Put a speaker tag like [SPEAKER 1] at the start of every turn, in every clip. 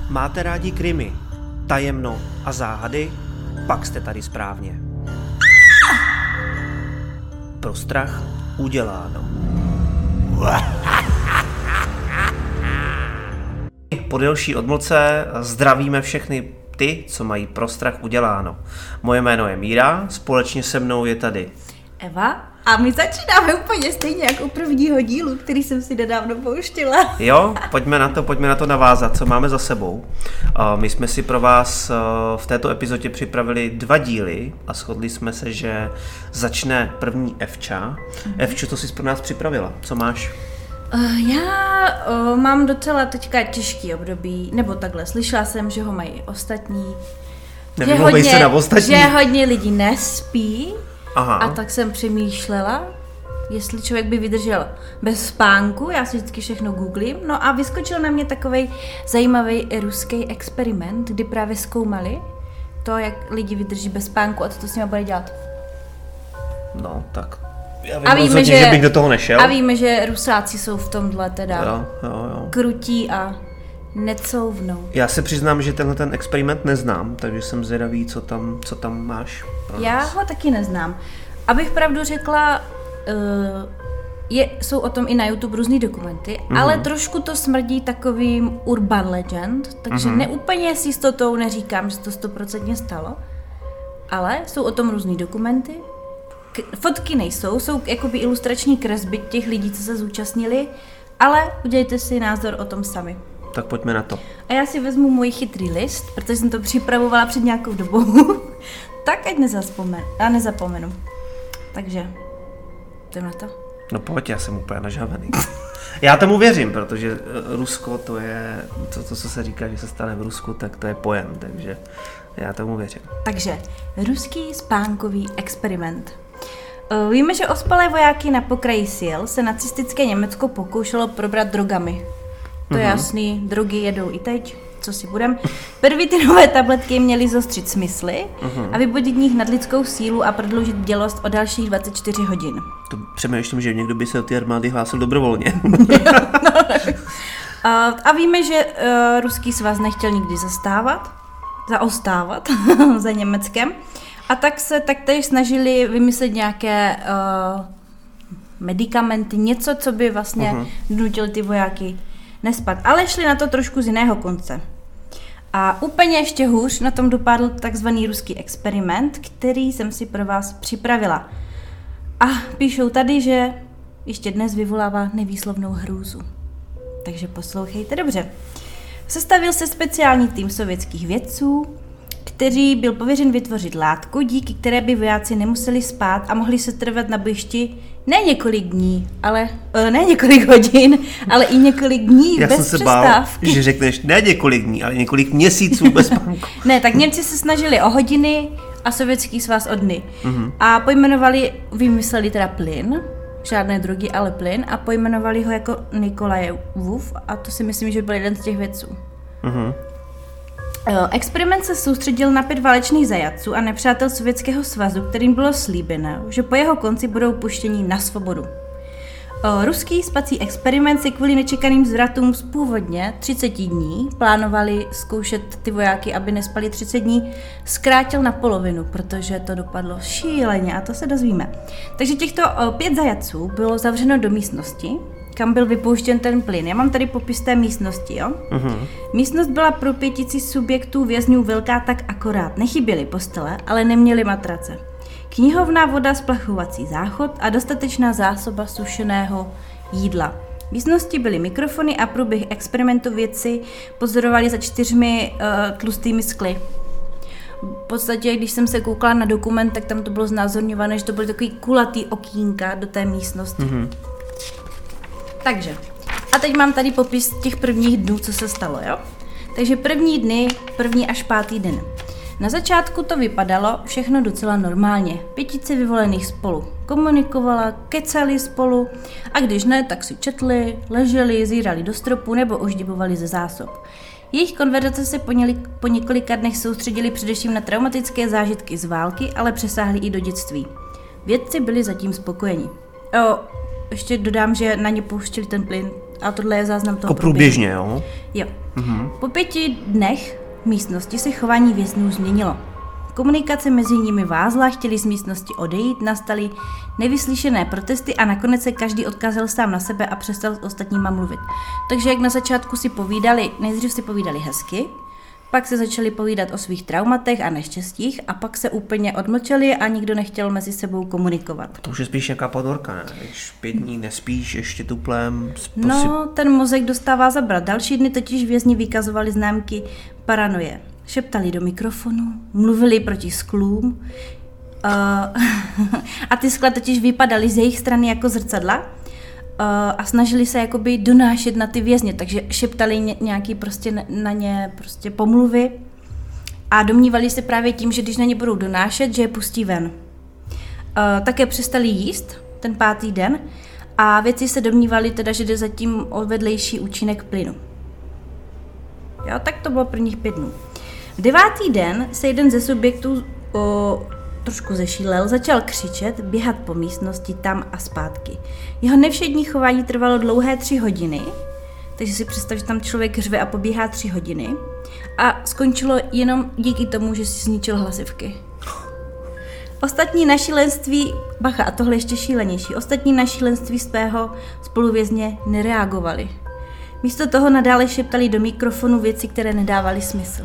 [SPEAKER 1] Máte rádi krimi, tajemno a záhady? Pak jste tady správně. Pro strach uděláno. Po delší odmlce zdravíme všechny ty, co mají pro strach uděláno. Moje jméno je Míra, společně se mnou je tady
[SPEAKER 2] Eva a my začínáme úplně stejně jako u prvního dílu, který jsem si nedávno pouštila.
[SPEAKER 1] Jo, pojďme na to navázat, co máme za sebou. My jsme si pro vás v této epizodě připravili 2 díly a shodli jsme se, že začne první Evča. Evčo, co jsi pro nás připravila? Co máš?
[SPEAKER 2] Já mám docela teďka těžký období, nebo takhle, slyšela jsem, že ho mají ostatní.
[SPEAKER 1] Nevymlouvej se na ostatní.
[SPEAKER 2] Že hodně lidí nespí.
[SPEAKER 1] Aha.
[SPEAKER 2] A tak jsem přemýšlela, jestli člověk by vydržel bez spánku, já si vždycky všechno googlím, no a vyskočil na mě takovej zajímavý ruský experiment, kdy právě zkoumali to, jak lidi vydrží bez spánku a co to s nimi bude dělat.
[SPEAKER 1] No, tak já vím rozhodně, že bych do toho nešel.
[SPEAKER 2] A víme, že Rusáci jsou v tomhle teda
[SPEAKER 1] jo.
[SPEAKER 2] krutí a necouvnou.
[SPEAKER 1] Já se přiznám, že tenhle ten experiment neznám, takže jsem zvědavý, co tam máš.
[SPEAKER 2] Já ho taky neznám. Abych pravdu řekla, jsou o tom i na YouTube různý dokumenty, ale trošku to smrdí takovým urban legend, takže neúplně s jistotou neříkám, že to 100% stalo, ale jsou o tom různý dokumenty. Fotky nejsou, jsou jakoby ilustrační kresby těch lidí, co se zúčastnili, ale udělejte si názor o tom sami.
[SPEAKER 1] Tak pojďme na to.
[SPEAKER 2] A já si vezmu můj chytrý list, protože jsem to připravovala před nějakou dobou, tak ať nezapomenu. Takže, jdem na to.
[SPEAKER 1] No pojď, já jsem úplně nažavený. Já tomu věřím, protože Rusko to je, to, co se říká, že se stane v Rusku, tak to je pojem, takže já tomu věřím.
[SPEAKER 2] Takže, ruský spánkový experiment. Víme, že ospalé vojáky na pokraji sil se nacistické Německo pokoušelo probrat drogami. To je jasný, drogy jedou i teď, co si budem. Pervitinové tabletky měly zostřit smysly a vybudit v nich nadlidskou sílu a prodloužit bdělost o dalších 24 hodin.
[SPEAKER 1] To přemýšlím, že někdo by se od té armády hlásil dobrovolně.
[SPEAKER 2] A víme, že ruský svaz nechtěl nikdy zaostávat za Německem. A tak se taktéž snažili vymyslet nějaké medikamenty, něco, co by vlastně donutilo ty vojáky nespat. Ale šli na to trošku z jiného konce. A úplně ještě hůř na tom dopadl takzvaný ruský experiment, který jsem si pro vás připravila. A píšou tady, že ještě dnes vyvolává nevýslovnou hrůzu. Takže poslouchejte dobře. Sestavil se speciální tým sovětských vědců, který byl pověřen vytvořit látku, díky které by vojáci nemuseli spát a mohli se trvat na bojišti ne několik hodin, ale i několik dní bez přestávky.
[SPEAKER 1] Já jsem se bál, že řekneš ne několik dní, ale několik měsíců bez spánku.
[SPEAKER 2] Ne, tak Němci se snažili o hodiny a Sovětský svaz o dny. A vymysleli teda plyn, žádné drogy, ale plyn, a pojmenovali ho jako Nikolajevův, a to si myslím, že byl jeden z těch vědců. Experiment se soustředil na 5 válečných zajatců a nepřátel Sovětského svazu, kterým bylo slíbeno, že po jeho konci budou puštěni na svobodu. Ruský spací experiment si kvůli nečekaným zvratům z původně 30 dní plánovali zkoušet ty vojáky, aby nespali 30 dní, zkrátil na polovinu, protože to dopadlo šíleně a to se dozvíme. Takže těchto 5 zajatců bylo zavřeno do místnosti, kam byl vypouštěn ten plyn. Já mám tady popis té místnosti, jo? Místnost byla pro 5 000 subjektů vězňů velká tak akorát. Nechyběly postele, ale neměli matrace. Knihovna, voda, splachovací záchod a dostatečná zásoba sušeného jídla. V místnosti byly mikrofony a průběh experimentu vědci pozorovali za 4 tlustými skly. V podstatě, když jsem se koukala na dokument, tak tam to bylo znázorňované, že to byly takový kulatý okýnka do té místnosti. Takže, a teď mám tady popis těch prvních dnů, co se stalo, jo? Takže první až 5. den. Na začátku to vypadalo všechno docela normálně. 5 vyvolených spolu komunikovala, kecali spolu a když ne, tak si četli, leželi, zírali do stropu nebo oždibovali ze zásob. Jejich konverzace se po několika dnech soustředili především na traumatické zážitky z války, ale přesáhly i do dětství. Vědci byli zatím spokojeni. Ještě dodám, že na ně pouštili ten plyn A tohle je záznam toho
[SPEAKER 1] jako průběžně, jo?
[SPEAKER 2] Jo. Po 5 dnech v místnosti se chování vězňů změnilo. Komunikace mezi nimi vázla, chtěli z místnosti odejít, nastaly nevyslyšené protesty a nakonec se každý odkázal sám na sebe a přestal s ostatníma mluvit. Takže jak na začátku si povídali, nejdřív si povídali hezky, pak se začali povídat o svých traumatech a neštěstích a pak se úplně odmlčeli a nikdo nechtěl mezi sebou komunikovat.
[SPEAKER 1] To už je spíš nějaká podorka, ne? Když 5 dní nespíš, ještě tuplem.
[SPEAKER 2] No, ten mozek dostává zabrat. Další dny totiž vězni vykazovali známky paranoje. Šeptali do mikrofonu, mluvili proti sklům a ty skla totiž vypadaly z jejich strany jako zrcadla a snažili se jakoby donášet na ty vězně, takže šeptali nějaký prostě na ně prostě pomluvy a domnívali se právě tím, že když na ně budou donášet, že je pustí ven. Také přestali jíst ten 5. den a vědci se domnívali teda, že jde zatím o vedlejší účinek plynu. Jo, tak to bylo prvních 5 dnů. 9. den se jeden ze subjektů trošku zešílel, začal křičet, běhat po místnosti tam a zpátky. Jeho nevšední chování trvalo dlouhé 3 hodiny, takže si představ, že tam člověk řve a pobíhá 3 hodiny a skončilo jenom díky tomu, že si zničil hlasivky. Ostatní na šílenství, bacha, a tohle ještě šílenější, ostatní na šílenství svého spoluvězně nereagovali. Místo toho nadále šeptali do mikrofonu věci, které nedávaly smysl.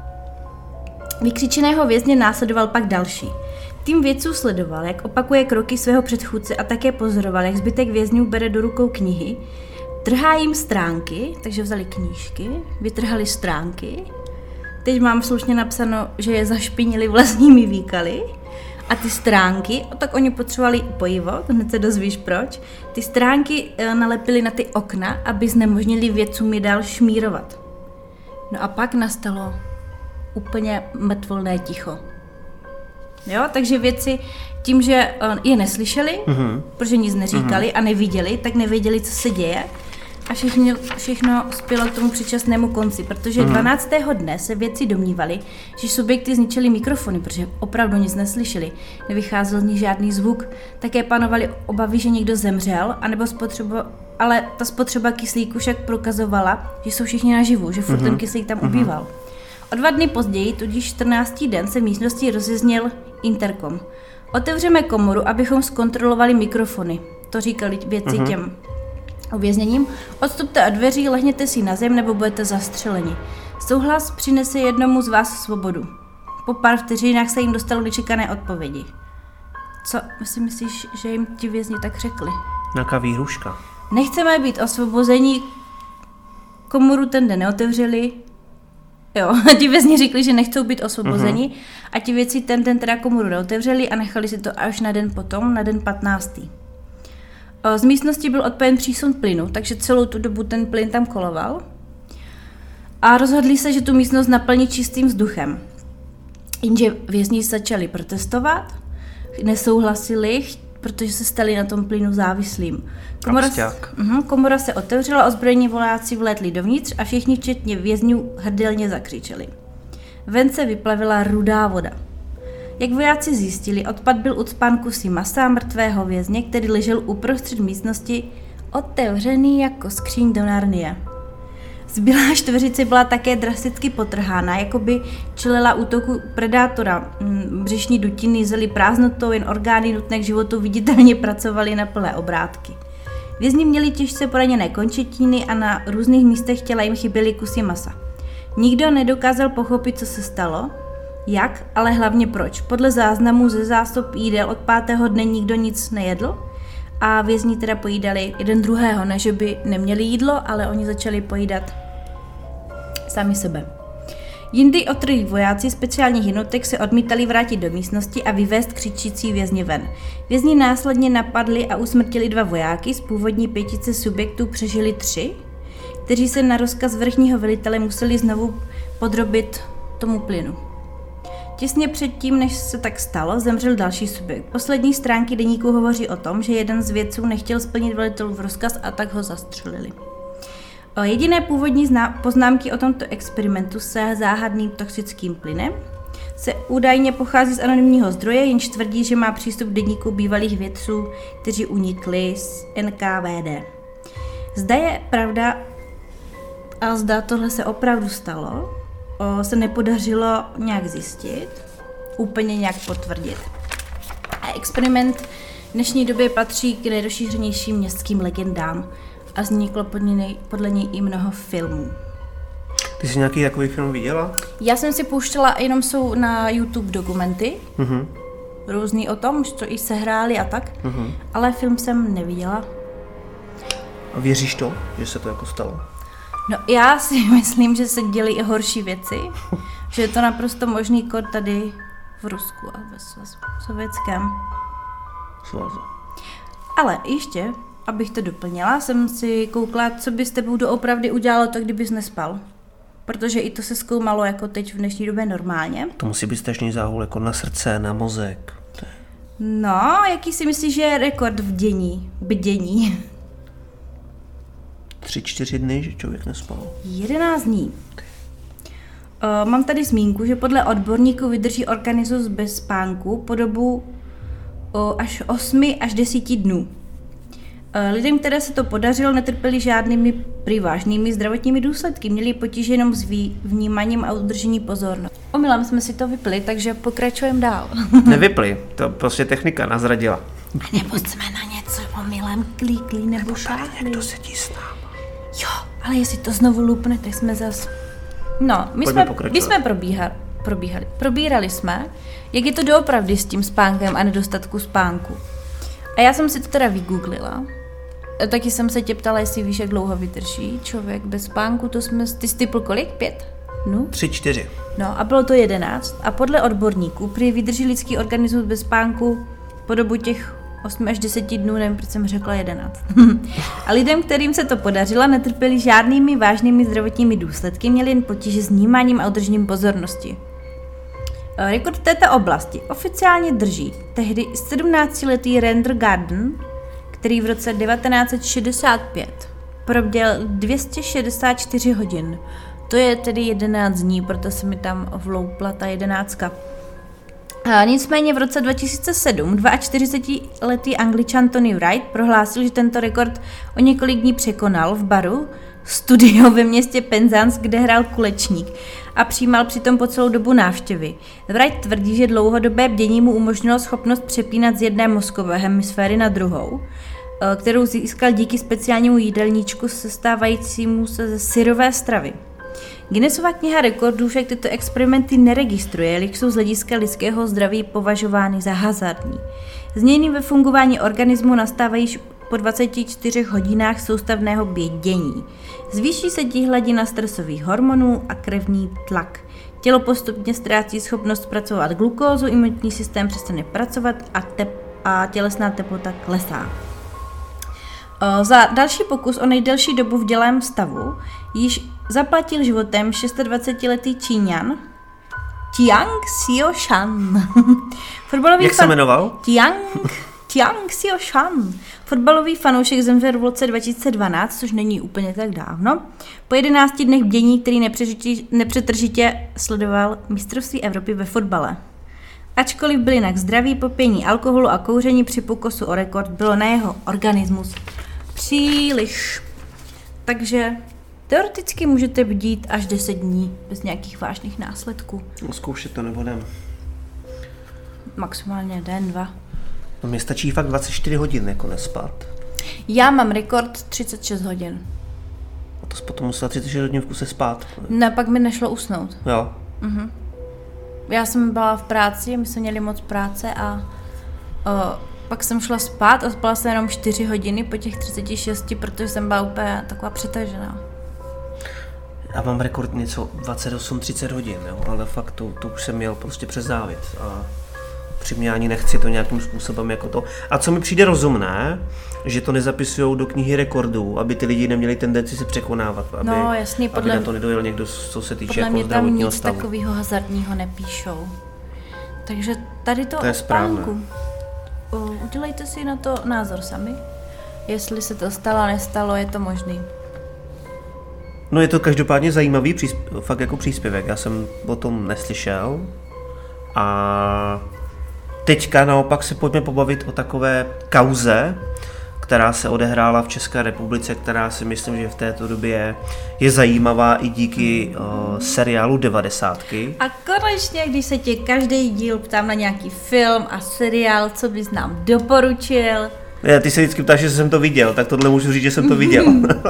[SPEAKER 2] Vykřičeného vězně následoval pak další. Tým vědců sledoval, jak opakuje kroky svého předchůdce a také pozoroval, jak zbytek vězňů bere do rukou knihy, trhá jim stránky, takže vzali knížky, vytrhali stránky. Teď mám slušně napsáno, že je zašpinili vlastními výkaly. A ty stránky, tak oni potřebovali pojivo, hned se dozvíš proč, ty stránky nalepili na ty okna, aby znemožnili vědcům je dál šmírovat. No a pak nastalo úplně mrtvolné ticho. Jo, takže vědci tím, že je neslyšeli, protože nic neříkali a neviděli, tak nevěděli, co se děje. A všechno spělo k tomu předčasnému konci, protože 12. dne se vědci domnívali, že subjekty zničili mikrofony, protože opravdu nic neslyšeli, nevycházel z nich žádný zvuk, také panovaly obavy, že někdo zemřel, anebo ale ta spotřeba kyslíku však prokazovala, že jsou všichni naživu, že furt ten kyslík tam ubýval. O 2 dny později, tudíž 14. den, se v místnosti rozezněl interkom. Otevřeme komoru, abychom zkontrolovali mikrofony. To říkali vědci těm uvězněním. Odstupte od dveří, lehněte si na zem nebo budete zastřeleni. Souhlas přinese jednomu z vás svobodu. Po pár vteřinách se jim dostalo nečekané odpovědi. Co si myslíš, že jim ti vězni tak řekli?
[SPEAKER 1] Nějaká výhruška.
[SPEAKER 2] Nechceme být osvobozeni, komoru ten den neotevřeli. Jo, ti vězni řekli, že nechcou být osvobozeni a ti vědci ten den teda komoru neotevřeli a nechali si to až na den potom, na den 15. Z místnosti byl odpojen přísun plynu, takže celou tu dobu ten plyn tam koloval. A rozhodli se, že tu místnost naplní čistým vzduchem. Jenže vězni začali protestovat, nesouhlasili, protože se stali na tom plynu závislým. Komora se otevřela, ozbrojení vojáci vlétli dovnitř a všichni včetně vězňů hrdelně zakřičeli. Ven se vyplavila rudá voda. Jak vojáci zjistili, odpad byl ucpán kusy masa mrtvého vězně, který ležel uprostřed místnosti, otevřený jako skříň do Narnie. Zbylá čtveřice byla také drasticky potrhána, jako by čelila útoku predátora. Břišní dutiny zely prázdnotou, jen orgány nutné k životu viditelně pracovaly na plné obrátky. Vězni měli těžce poraněné končetiny a na různých místech těla jim chyběly kusy masa. Nikdo nedokázal pochopit, co se stalo, jak, ale hlavně proč. Podle záznamů ze zásob jídel od 5. dne nikdo nic nejedl a vězni teda pojídali jeden druhého, ne že by neměli jídlo, ale oni začali pojídat sami sebe. Jindy otrlí vojáci speciálních jednotek se odmítali vrátit do místnosti a vyvést křičící vězně ven. Vězni následně napadli a usmrtili 2 vojáky, z původní 5 subjektů přežili 3, kteří se na rozkaz vrchního velitele museli znovu podrobit tomu plynu. Těsně předtím, než se tak stalo, zemřel další subjekt. Poslední stránky deníku hovoří o tom, že jeden z vědců nechtěl splnit velitelův rozkaz a tak ho zastřelili. Jediné původní poznámky o tomto experimentu se záhadným toxickým plynem se údajně pochází z anonymního zdroje, jenž tvrdí, že má přístup k deníku bývalých vědců, kteří unikli z NKVD. Zda je pravda a zda tohle se opravdu stalo, se nepodařilo nějak zjistit, úplně nějak potvrdit. A experiment v dnešní době patří k nejrozšířenějším městským legendám a vzniklo podle něj i mnoho filmů.
[SPEAKER 1] Ty jsi nějaký takový film viděla?
[SPEAKER 2] Já jsem si pouštěla, jenom jsou na YouTube dokumenty, různý o tom, už to i sehráli a tak, ale film jsem neviděla.
[SPEAKER 1] A věříš to, že se to jako stalo?
[SPEAKER 2] No já si myslím, že se děly i horší věci, že je to naprosto možný kód tady v Rusku a ve Sovětském
[SPEAKER 1] svazu.
[SPEAKER 2] Ale ještě, abych to doplnila, jsem si koukla, co by s tebou doopravdy udělalo to, kdybys nespal. Protože i to se zkoumalo jako teď v dnešní době normálně.
[SPEAKER 1] To musí být strašný záhul jako na srdce, na mozek.
[SPEAKER 2] No, jaký si myslíš, že je rekord v bdění?
[SPEAKER 1] 3-4 dny, že člověk nespal.
[SPEAKER 2] 11 dní. Mám tady zmínku, že podle odborníků vydrží organismus bez spánku po dobu až 8 až 10 dnů. Lidem, které se to podařilo, netrpěli žádnými vážnými zdravotními důsledky. Měli potíže jenom s vnímáním a udržení pozornosti. Omylem jsme si to vypli, takže pokračujeme dál.
[SPEAKER 1] Nevypli, to prostě technika nás radila.
[SPEAKER 2] A nebo jsme na něco omylem klíkli nebo šáhli.
[SPEAKER 1] Někdo sedí s námi.
[SPEAKER 2] Jo, ale jestli to znovu lupne, tak jsme zas... No, my jsme probírali jsme, jak je to doopravdy s tím spánkem a nedostatku spánku. A já jsem si to teda vygooglila. Taky jsem se tě ptala, jestli víš, jak dlouho vydrží člověk bez spánku. Ty jsi typl kolik? 5? No?
[SPEAKER 1] 3-4.
[SPEAKER 2] No a bylo to 11. A podle odborníků prý vydrží lidský organismus bez spánku po dobu těch 8 až 10 dnů, nevím, proč jsem řekla 11. A lidem, kterým se to podařilo, netrpěli žádnými vážnými zdravotními důsledky, měli jen potíže s vnímáním a udržením pozornosti. Rekord v této oblasti oficiálně drží tehdy 17-letý Randall Garden, který v roce 1965 probděl 264 hodin. To je tedy 11 dní, proto se mi tam vloupla ta 11. Nicméně v roce 2007 42-letý Angličan Tony Wright prohlásil, že tento rekord o několik dní překonal v baru studio ve městě Penzance, kde hrál kulečník a přijímal přitom po celou dobu návštěvy. Wright tvrdí, že dlouhodobé bdění mu umožnilo schopnost přepínat z jedné mozkové hemisféry na druhou, kterou získal díky speciálnímu jídelníčku sestávajícímu se ze syrové stravy. Guinnessova kniha rekordů však tyto experimenty neregistruje, jelikož jsou z hlediska lidského zdraví považovány za hazardní. Změny ve fungování organismu nastávají již po 24 hodinách soustavného bdění. Zvýší se tím hladina stresových hormonů a krevní tlak. Tělo postupně ztrácí schopnost zpracovat glukózu, imunitní systém přestane pracovat a tělesná teplota klesá. Za další pokus o nejdelší dobu v dělém stavu již zaplatil životem 26-letý Číňan Jiang Xiaoshan.
[SPEAKER 1] Jak se jmenoval?
[SPEAKER 2] Jiang Xiaoshan. Fotbalový fanoušek zemřel v roce 2012, což není úplně tak dávno. Po 11 dnech bdění, který nepřetržitě sledoval mistrovství Evropy ve fotbale. Ačkoliv byl jinak zdravý, popění alkoholu a kouření při pokusu o rekord bylo na jeho organismus příliš. Takže teoreticky můžete bdít až 10 dní bez nějakých vážných následků.
[SPEAKER 1] Zkoušet to nebudem.
[SPEAKER 2] Maximálně den, 2.
[SPEAKER 1] No mně stačí fakt 24 hodin jako nespat.
[SPEAKER 2] Já mám rekord 36 hodin.
[SPEAKER 1] A to jsi potom musela 36 hodin v kuse spát.
[SPEAKER 2] Ne, pak mi nešlo usnout.
[SPEAKER 1] Jo.
[SPEAKER 2] Já jsem byla v práci, my jsme měli moc práce a pak jsem šla spát a spala jsem jenom 4 hodiny po těch 36, protože jsem byla úplně taková přetažená.
[SPEAKER 1] Já mám rekord něco 28-30 hodin, jo, ale fakt to už jsem měl prostě přes závit a při mě ani nechci to nějakým způsobem jako to. A co mi přijde rozumné, že to nezapisujou do knihy rekordů, aby ty lidi neměli tendenci se překonávat, aby na to nedojel někdo, co se týče jako zdravotního stavu.
[SPEAKER 2] Podle mě tam nic takového hazardního nepíšou. Takže tady to
[SPEAKER 1] je
[SPEAKER 2] spánku. Udělejte si na to názor sami. Jestli se to stalo, nestalo, je to možný.
[SPEAKER 1] No je to každopádně zajímavý fakt jako příspěvek. Já jsem o tom neslyšel. A teďka naopak se pojďme pobavit o takové kauze, která se odehrála v České republice, která si myslím, že v této době je zajímavá i díky seriálu 90.
[SPEAKER 2] A konečně, když se tě každý díl ptám na nějaký film a seriál, co bys nám doporučil?
[SPEAKER 1] Ty se vždycky ptáš, že jsem to viděl, tak tohle můžu říct, že jsem to viděl.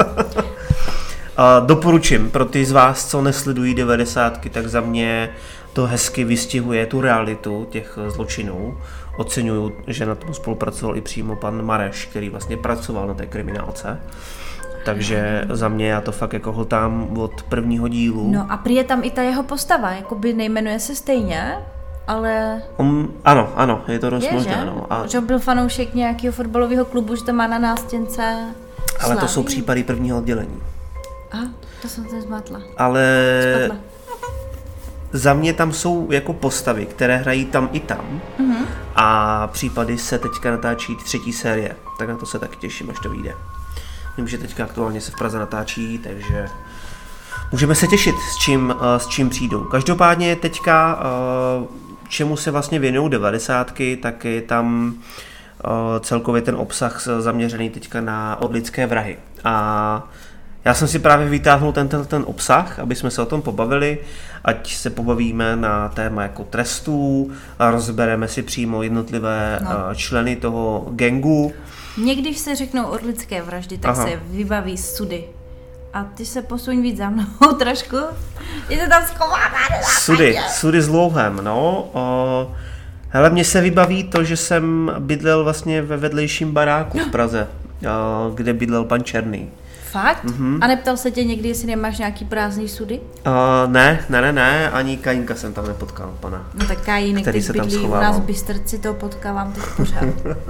[SPEAKER 1] Doporučím pro ty z vás, co nesledují 90, tak za mě to hezky vystihuje tu realitu těch zločinů. Oceňuju, že na tom spolupracoval i přímo pan Mareš, který vlastně pracoval na té kriminálce. Takže za mě já to fakt jako hltám od prvního dílu.
[SPEAKER 2] No a prý je tam i ta jeho postava, jakoby nejmenuje se stejně, ale...
[SPEAKER 1] Ano, je to dost možné. No.
[SPEAKER 2] Že byl fanoušek nějakého fotbalového klubu, že to má na nástěnce
[SPEAKER 1] ale
[SPEAKER 2] Slávy.
[SPEAKER 1] To jsou případy prvního oddělení.
[SPEAKER 2] Aha, to jsem se zmátla.
[SPEAKER 1] Ale
[SPEAKER 2] Spadla.
[SPEAKER 1] za mě tam jsou jako postavy, které hrají tam i tam. Mm-hmm. A případy se teďka natáčí 3. série, tak na to se taky těším, až to vyjde. Vím, že teďka aktuálně se v Praze natáčí, takže můžeme se těšit, s čím přijdou. Každopádně teďka, čemu se vlastně věnují 90, tak je tam celkově ten obsah zaměřený teďka na orlické vrahy. A já jsem si právě vytáhnul ten obsah, aby jsme se o tom pobavili, ať se pobavíme na téma jako trestů a rozbereme si přímo jednotlivé členy toho gangu.
[SPEAKER 2] Mně, když se řeknou orlické vraždy, tak se vybaví sudy. A ty se posuň víc za mnou trošku. Je to tam schováváno.
[SPEAKER 1] Sudy s louhem, no. Hele, mně se vybaví to, že jsem bydlel vlastně ve vedlejším baráku v Praze, kde bydlel pan Černý.
[SPEAKER 2] Fakt? Mm-hmm. A neptal se tě někdy, jestli nemáš nějaký prázdný sudy?
[SPEAKER 1] Ne, ani Kajínka jsem tam nepotkal, pana.
[SPEAKER 2] No tak Kajínek teď bydlí u nás v Bystrci, to potkávám teď pořád.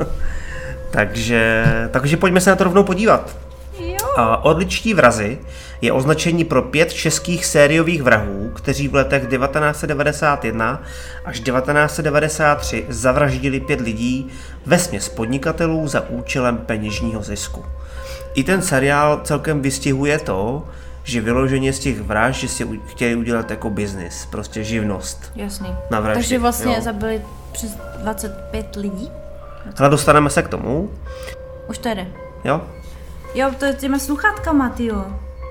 [SPEAKER 1] takže pojďme se na to rovnou podívat.
[SPEAKER 2] Jo.
[SPEAKER 1] Orličtí vrazi je označení pro 5 českých sériových vrahů, kteří v letech 1991 až 1993 zavraždili 5 lidí vesměs podnikatelů za účelem peněžního zisku. I ten seriál celkem vystihuje to, že vyloženě z těch vražd, že si chtěli udělat jako biznis, prostě živnost.
[SPEAKER 2] Jasný.
[SPEAKER 1] Na vraždy.
[SPEAKER 2] Takže vlastně zabili přes 25 lidí?
[SPEAKER 1] Hele, dostaneme se k tomu.
[SPEAKER 2] Už to jde.
[SPEAKER 1] Jo?
[SPEAKER 2] Jo, to je těma sluchátkama, tyjo.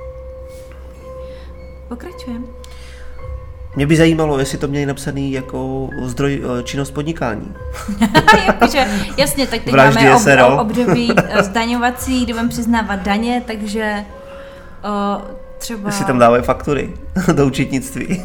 [SPEAKER 2] Pokračujeme. Mě
[SPEAKER 1] by zajímalo, jestli to měli napsaný jako zdroj činnost podnikání.
[SPEAKER 2] Jakože, jasně, tak teď máme období zdaňovací, kdy budeme přiznávat daně, takže třeba...
[SPEAKER 1] Jestli tam dávají faktury do účetnictví.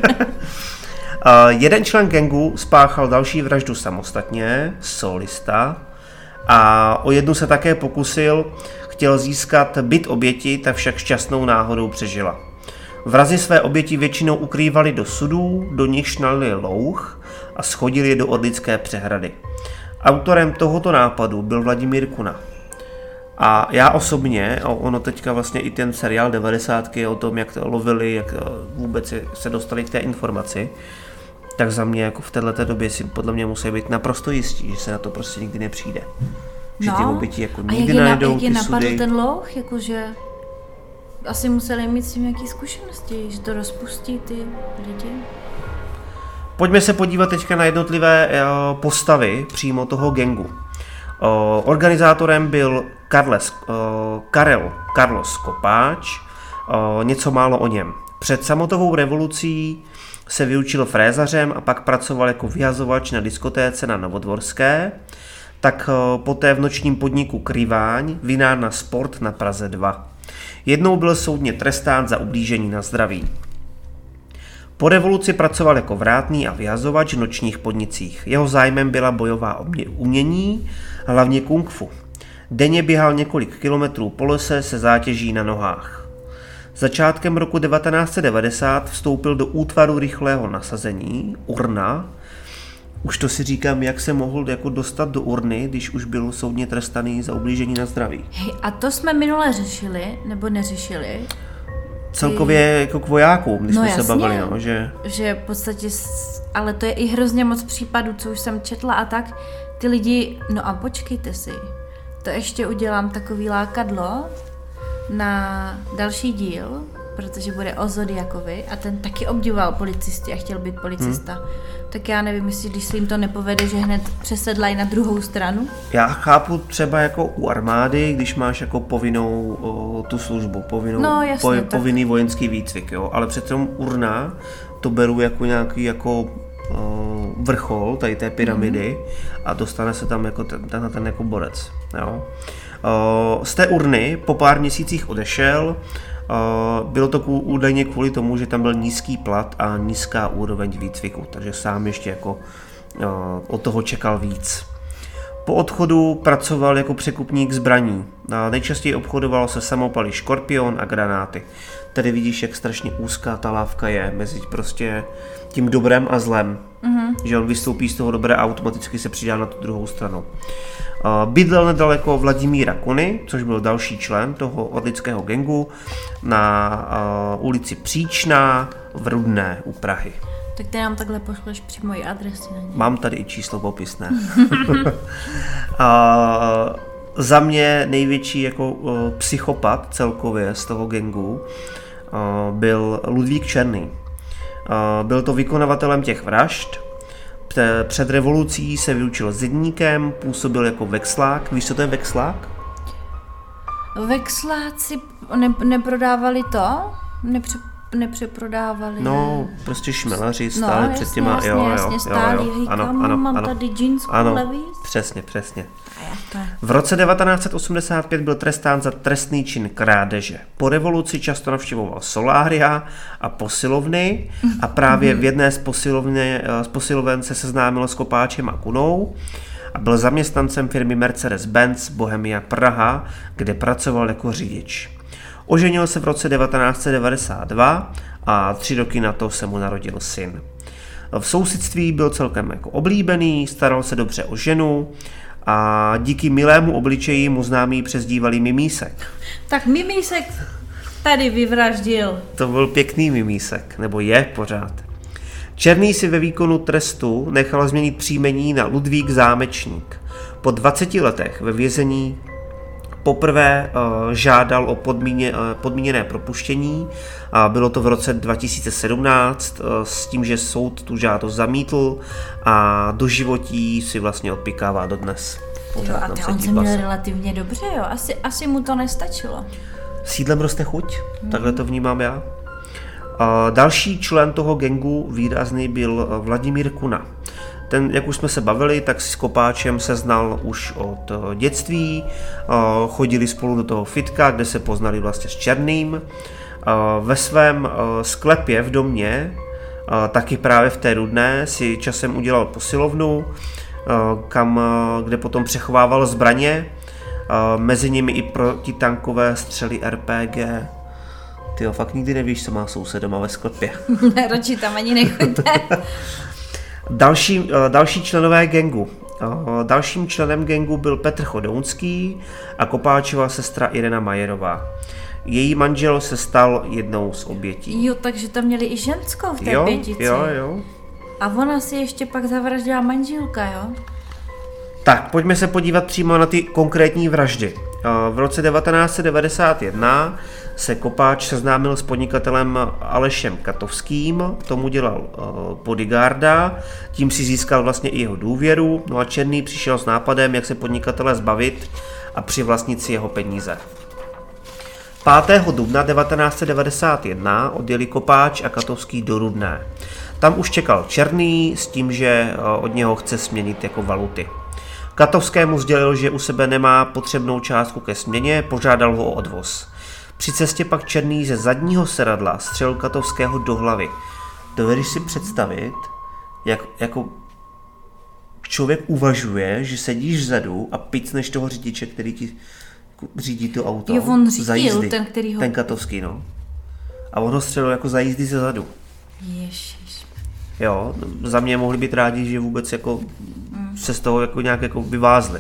[SPEAKER 1] Jeden člen gangu spáchal další vraždu samostatně, solista, a o jednu se také pokusil, chtěl získat byt oběti, ta však šťastnou náhodou přežila. Vrazi své oběti většinou ukrývali do sudů, do nichž nalili louh a schodili je do Orlické přehrady. Autorem tohoto nápadu byl Vladimír Kuna. A já osobně, a ono teďka vlastně i ten seriál 90 o tom, jak to lovili, jak vůbec se dostali k té informaci, tak za mě jako v této době si podle mě musí být naprosto jistí, že se na to prostě nikdy nepřijde. Že ty oběti jako nikdy najdou ty sudy. A jak
[SPEAKER 2] napadl ten louh, jakože asi museli mít s tím nějaké zkušenosti, že to rozpustí ty lidi.
[SPEAKER 1] Pojďme se podívat teďka na jednotlivé postavy přímo toho gangu. Organizátorem byl Carlos Kopáč, něco málo o něm. Před sametovou revolucí se vyučil frézařem a pak pracoval jako vyhazovač na diskotéce na Novodvorské, tak poté v nočním podniku Kryváň, vinárna Sport na Praze 2. Jednou byl soudně trestán za ublížení na zdraví. Po revoluci pracoval jako vrátný a vyhazovač v nočních podnicích. Jeho zájmem byla bojová umění, hlavně kung fu. Denně běhal několik kilometrů po lese se zátěží na nohách. Začátkem roku 1990 vstoupil do útvaru rychlého nasazení, URNA. Už to si říkám, jak se mohl jako dostat do urny, když už byl soudně trestaný za ublížení na zdraví.
[SPEAKER 2] Hej, a to jsme minule řešili, nebo neřešili?
[SPEAKER 1] Celkově jako k vojákům, když jsme se bavili, no,
[SPEAKER 2] že v podstatě, ale to je i hrozně moc případů, co už jsem četla a tak, ty lidi, no a počkejte si, to ještě udělám takový lákadlo, na další díl, protože bude o Zodiakovi a ten taky obdivoval policisty a chtěl být policista. Tak já nevím, jestli když se jim to nepovede, že hned přesedlají na druhou stranu.
[SPEAKER 1] Já chápu třeba jako u armády, když máš jako povinnou tu službu, povinný vojenský výcvik, jo, ale přece urna to beru jako nějaký jako vrchol tady té pyramidy a dostane se tam jako ten jako borec. Jo. Z té urny po pár měsících odešel. Bylo to údajně kvůli tomu, že tam byl nízký plat a nízká úroveň výcviku, takže sám ještě jako od toho čekal víc. Po odchodu pracoval jako překupník zbraní. Nejčastěji obchodoval se samopaly Škorpion a granáty. Tady vidíš, jak strašně úzká ta lávka je mezi prostě tím dobrem a zlem. Že on vystoupí z toho dobré a automaticky se přidá na tu druhou stranu. Bydlel nedaleko Vladimíra Kuny, což byl další člen toho orlického gangu, na ulici Příčná v Rudné u Prahy.
[SPEAKER 2] Tak ty nám takhle pošleš přímo i adresy.
[SPEAKER 1] Mám tady i číslo popisné. Za mě největší jako psychopat celkově z toho gangu byl Ludvík Černý. Byl to vykonavatelem těch vražd. Před revolucí se vyučil zedníkem, působil jako vexlák. Víš, co to je vexlák?
[SPEAKER 2] Vexláci neprodávali to? Nepřeprodávali.
[SPEAKER 1] No, prostě šmelaři stáli před těma.
[SPEAKER 2] Jasně, stáli. Říkám, mám tady džínskou levíz.
[SPEAKER 1] Přesně. V roce 1985 byl trestán za trestný čin krádeže. Po revoluci často navštěvoval solária a posilovny a právě v jedné z posiloven se seznámil s Kopáčem a Kunou a byl zaměstnancem firmy Mercedes-Benz Bohemia Praha, kde pracoval jako řidič. Oženil se v roce 1992 a 3 roky na to se mu narodil syn. V sousedství byl celkem jako oblíbený, staral se dobře o ženu a díky milému obličeji mu známí přezdívali Mimísek.
[SPEAKER 2] Tak Mimísek tady vyvraždil.
[SPEAKER 1] To byl pěkný Mimísek, nebo je pořád. Černý si ve výkonu trestu nechal změnit příjmení na Ludvík Zámečník. Po 20 letech ve vězení poprvé žádal o podmíněné propuštění. Bylo to v roce 2017 s tím, že soud tu žádost zamítl a doživotí si vlastně odpikává dodnes.
[SPEAKER 2] Jo, a on se měl relativně dobře, jo? Asi mu to nestačilo.
[SPEAKER 1] Sídlem roste chuť, takhle to vnímám já. Další člen toho gangu výrazný byl Vladimír Kuna. Ten, jak už jsme se bavili, tak s Kopáčem se znal už od dětství, chodili spolu do toho fitka, kde se poznali vlastně s Černým. Ve svém sklepě v domě, taky právě v té Rudné, si časem udělal posilovnu, kde potom přechovával zbraně, mezi nimi i protitankové střely RPG. Tyjo, fakt nikdy nevíš, co má soused doma ve sklepě.
[SPEAKER 2] Radši tam ani nechoďte.
[SPEAKER 1] Další členové gangu. Dalším členem gangu byl Petr Chodounský a Kopáčova sestra Irena Majerová. Její manžel se stal jednou z obětí.
[SPEAKER 2] Jo, takže tam měli i ženskou v té pětici.
[SPEAKER 1] Jo.
[SPEAKER 2] A ona si ještě pak zavraždila manželka, jo?
[SPEAKER 1] Tak, pojďme se podívat přímo na ty konkrétní vraždy. V roce 1991 se Kopáč seznámil s podnikatelem Alešem Katovským, tomu dělal bodyguarda, tím si získal vlastně i jeho důvěru, no a Černý přišel s nápadem, jak se podnikatele zbavit a přivlastnit si jeho peníze. 5. dubna 1991 odjeli Kopáč a Katovský do Rudné. Tam už čekal Černý s tím, že od něho chce směnit jako valuty. Katovskému sdělil, že u sebe nemá potřebnou částku ke směně, požádal ho o odvoz. Při cestě pak Černý ze zadního sedadla střelil Katovského do hlavy. Dovedeš si představit, jak jako člověk uvažuje, že sedíš vzadu a picneš toho řidiče, který ti řídí to auto.
[SPEAKER 2] Jo, on řídil, ten
[SPEAKER 1] Katovský, no. A on ho střelil jako za jízdy ze zadu.
[SPEAKER 2] Ježiš.
[SPEAKER 1] Jo, za mě mohli být rádi, že vůbec jako se z toho jako nějak jako vyvázli.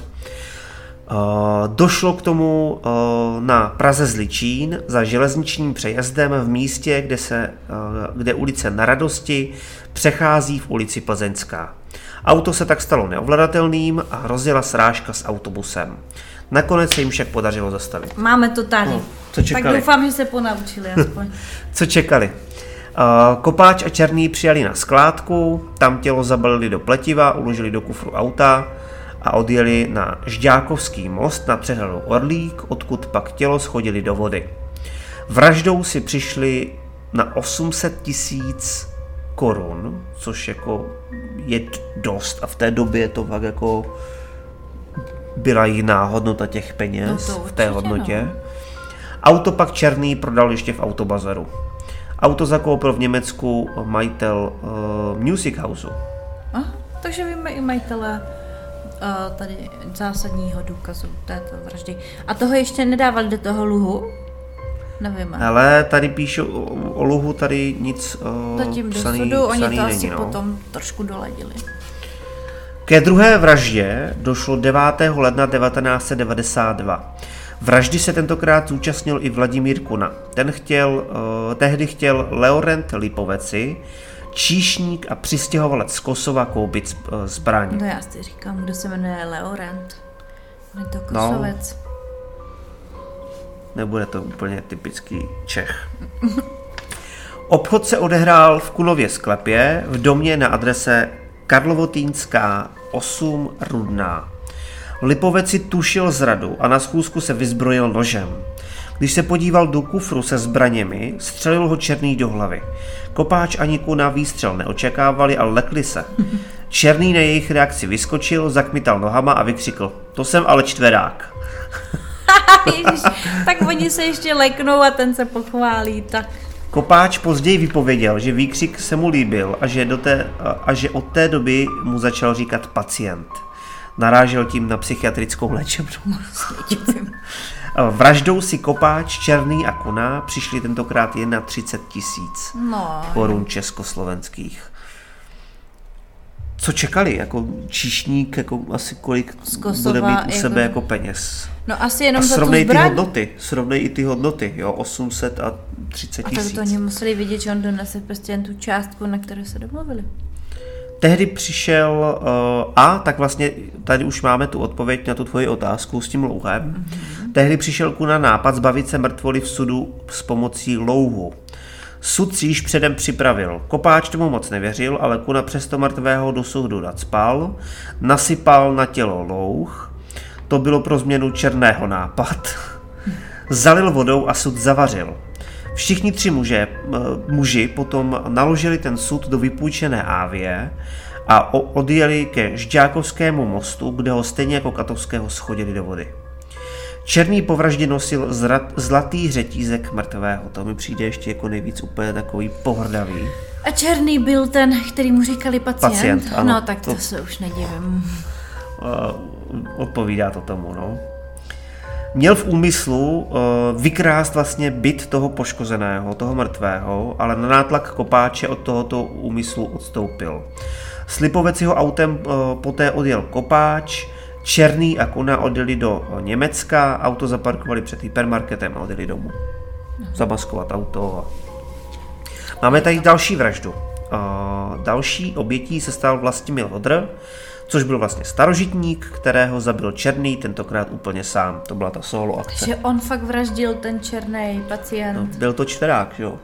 [SPEAKER 1] Došlo k tomu na Praze Zličín za železničním přejezdem v místě, kde ulice Na Radosti přechází v ulici Plzeňská. Auto se tak stalo neovladatelným a hrozila srážka s autobusem. Nakonec se jim však podařilo zastavit.
[SPEAKER 2] Máme to tady.
[SPEAKER 1] Co čekali?
[SPEAKER 2] Tak doufám, že se ponaučili aspoň.
[SPEAKER 1] Co čekali? Kopáč a Černý přijali na skládku, tam tělo zabalili do pletiva, uložili do kufru auta a odjeli na Žďákovský most na přehradu Orlík, odkud pak tělo schodili do vody. Vraždou si přišli na 800 000 korun, což jako je dost a v té době to fakt jako byla jiná hodnota těch peněz v té hodnotě. No. Auto pak Černý prodal ještě v autobazaru. Auto zakoupil v Německu majitel Music Houseu.
[SPEAKER 2] Takže víme i majitele tady zásadního důkazu této vraždy. A toho ještě nedávali do toho luhu? Nevím.
[SPEAKER 1] Ale tady píšu o luhu, tady nic
[SPEAKER 2] zatím do sudu, oni to asi potom trošku doladili.
[SPEAKER 1] Ke druhé vraždě došlo 9. ledna 1992. Vraždy se tentokrát zúčastnil i Vladimír Kuna. Tehdy chtěl Laurent Lipoveci, číšník a přistěhovalec z Kosova, koupit zbraň.
[SPEAKER 2] No já si říkám, kdo se jmenuje Laurent. Je to Kosovec.
[SPEAKER 1] No, nebude to úplně typický Čech. Obchod se odehrál v Kunově sklepě v domě na adrese Karlovotýnská 8 Rudná. Lipoveci tušil zradu a na schůzku se vyzbrojil nožem. Když se podíval do kufru se zbraněmi, střelil ho Černý do hlavy. Kopáč ani Kuna výstřel neočekávali, ale lekli se. Černý na jejich reakci vyskočil, zakmital nohama a vykřikl: "To jsem ale čtverák."
[SPEAKER 2] Ježiš, tak oni se ještě leknou a ten se pochválí, tak.
[SPEAKER 1] Kopáč později vypověděl, že výkřik se mu líbil a že od té doby mu začal říkat pacient. Narážel tím na psychiatrickou léčebnu. Vraždou si Kopáč, Černý a Kuna přišli tentokrát jen na 30 000 korun československých. Co čekali? Jako číšník, jako asi kolik bude mít u sebe jako peněz?
[SPEAKER 2] No asi jenom za tu
[SPEAKER 1] zbraň. Srovnej i ty hodnoty, jo, 800 a 30 000.
[SPEAKER 2] A tak to oni museli vidět, že on donese prostě jen tu částku, na kterou se domluvili.
[SPEAKER 1] Tehdy přišel, tak vlastně tady už máme tu odpověď na tu tvoji otázku s tím louhem. Tehdy přišel Kuna nápad zbavit se mrtvoly v sudu s pomocí louhu. Sud si již předem připravil. Kopáč tomu moc nevěřil, ale Kuna přesto mrtvého do soudu nacpal, nasypal na tělo louh. To bylo pro změnu Černého nápad. Zalil vodou a sud zavařil. Všichni 3 muži potom naložili ten sud do vypůjčené Avie a odjeli ke Žďákovskému mostu, kde ho stejně jako Katovského schodili do vody. Černý po vraždě nosil zlatý řetízek mrtvého, to mi přijde ještě jako nejvíc úplně takový pohrdavý.
[SPEAKER 2] A Černý byl ten, který mu říkali pacient?
[SPEAKER 1] Ano,
[SPEAKER 2] no tak to se už nedivím.
[SPEAKER 1] Odpovídá to tomu, no. Měl v úmyslu vykrást vlastně byt toho poškozeného, toho mrtvého, ale na nátlak Kopáče od tohoto úmyslu odstoupil. S Lipoveciho autem poté odjel Kopáč, Černý a Kuna odjeli do Německa, auto zaparkovali před hypermarketem a odjeli domů. Zamaskovat auto. Máme tady další vraždu. Další obětí se stal Vlastimil Hodr, což byl vlastně starožitník, kterého zabil Černý, tentokrát úplně sám. To byla ta solo akce.
[SPEAKER 2] Takže on fakt vraždil ten černý pacient.
[SPEAKER 1] No, byl to čtverák, jo.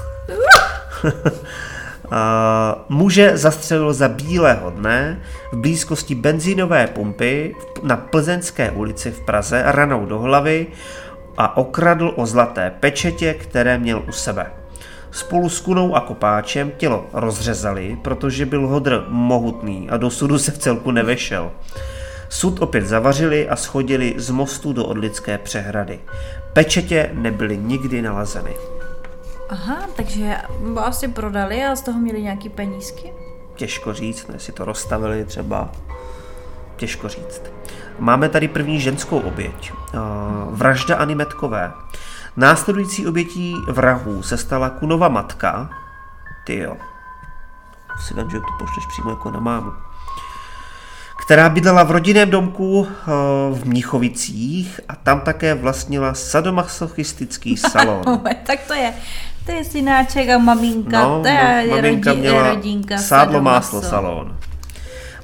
[SPEAKER 1] Muže zastřelil za bílého dne v blízkosti benzínové pumpy na Plzeňské ulici v Praze ranou do hlavy a okradl o zlaté pečetě, které měl u sebe. Spolu s Kunou a Kopáčem tělo rozřezali, protože byl Hodr mohutný a do sudu se v celku nevešel. Sud opět zavařili a schodili z mostu do Orlické přehrady. Pečetě nebyly nikdy nalezeny.
[SPEAKER 2] Aha, takže asi prodali a z toho měli nějaký penízky?
[SPEAKER 1] Těžko říct, jestli to rozstavili třeba. Těžko říct. Máme tady první ženskou oběť. Vražda Anny Metkové. Následující obětí vrahů se stala Kunova matka. Tyjo. Si vím, že to pošleš přímo jako na mámu. Která bydlela v rodinném domku v Mnichovicích a tam také vlastnila sadomasochistický salon.
[SPEAKER 2] Tak to je synáček a maminka,
[SPEAKER 1] no,
[SPEAKER 2] to je
[SPEAKER 1] maminka měla
[SPEAKER 2] rodinka.
[SPEAKER 1] sádlo máslo salon.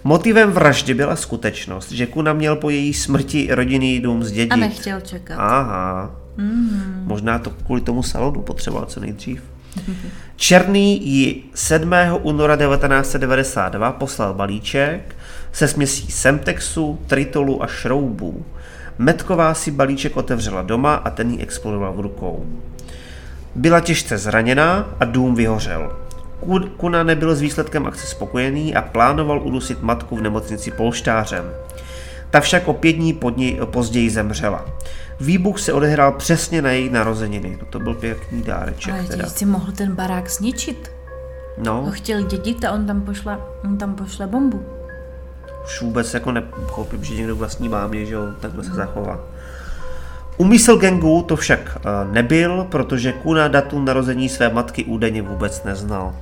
[SPEAKER 1] Motivem vraždy byla skutečnost, že Kuna měl po její smrti rodinný dům zdědit.
[SPEAKER 2] A nechtěl čekat.
[SPEAKER 1] Aha. Možná to kvůli tomu salonu potřeboval co nejdřív. Černý ji 7. února 1992 poslal balíček se směsí Semtexu, tritolu a šroubů. Metková si balíček otevřela doma a ten jí explodoval v rukou. Byla těžce zraněná a dům vyhořel. Kuna nebyl s výsledkem akce spokojený a plánoval udusit matku v nemocnici polštářem. Ta však o 5 dní později zemřela. Výbuch se odehrál přesně na její narozeniny. To byl pěkný dáreček.
[SPEAKER 2] Ale teď si mohl ten barák zničit.
[SPEAKER 1] No.
[SPEAKER 2] Ho chtěl dědit a on tam pošle bombu.
[SPEAKER 1] Už vůbec jako nepochopím, že někdo vlastní mámě, že jo, takhle se zachová. Úmysl gangu to však nebyl, protože Kuna datum narození své matky údajně vůbec neznal.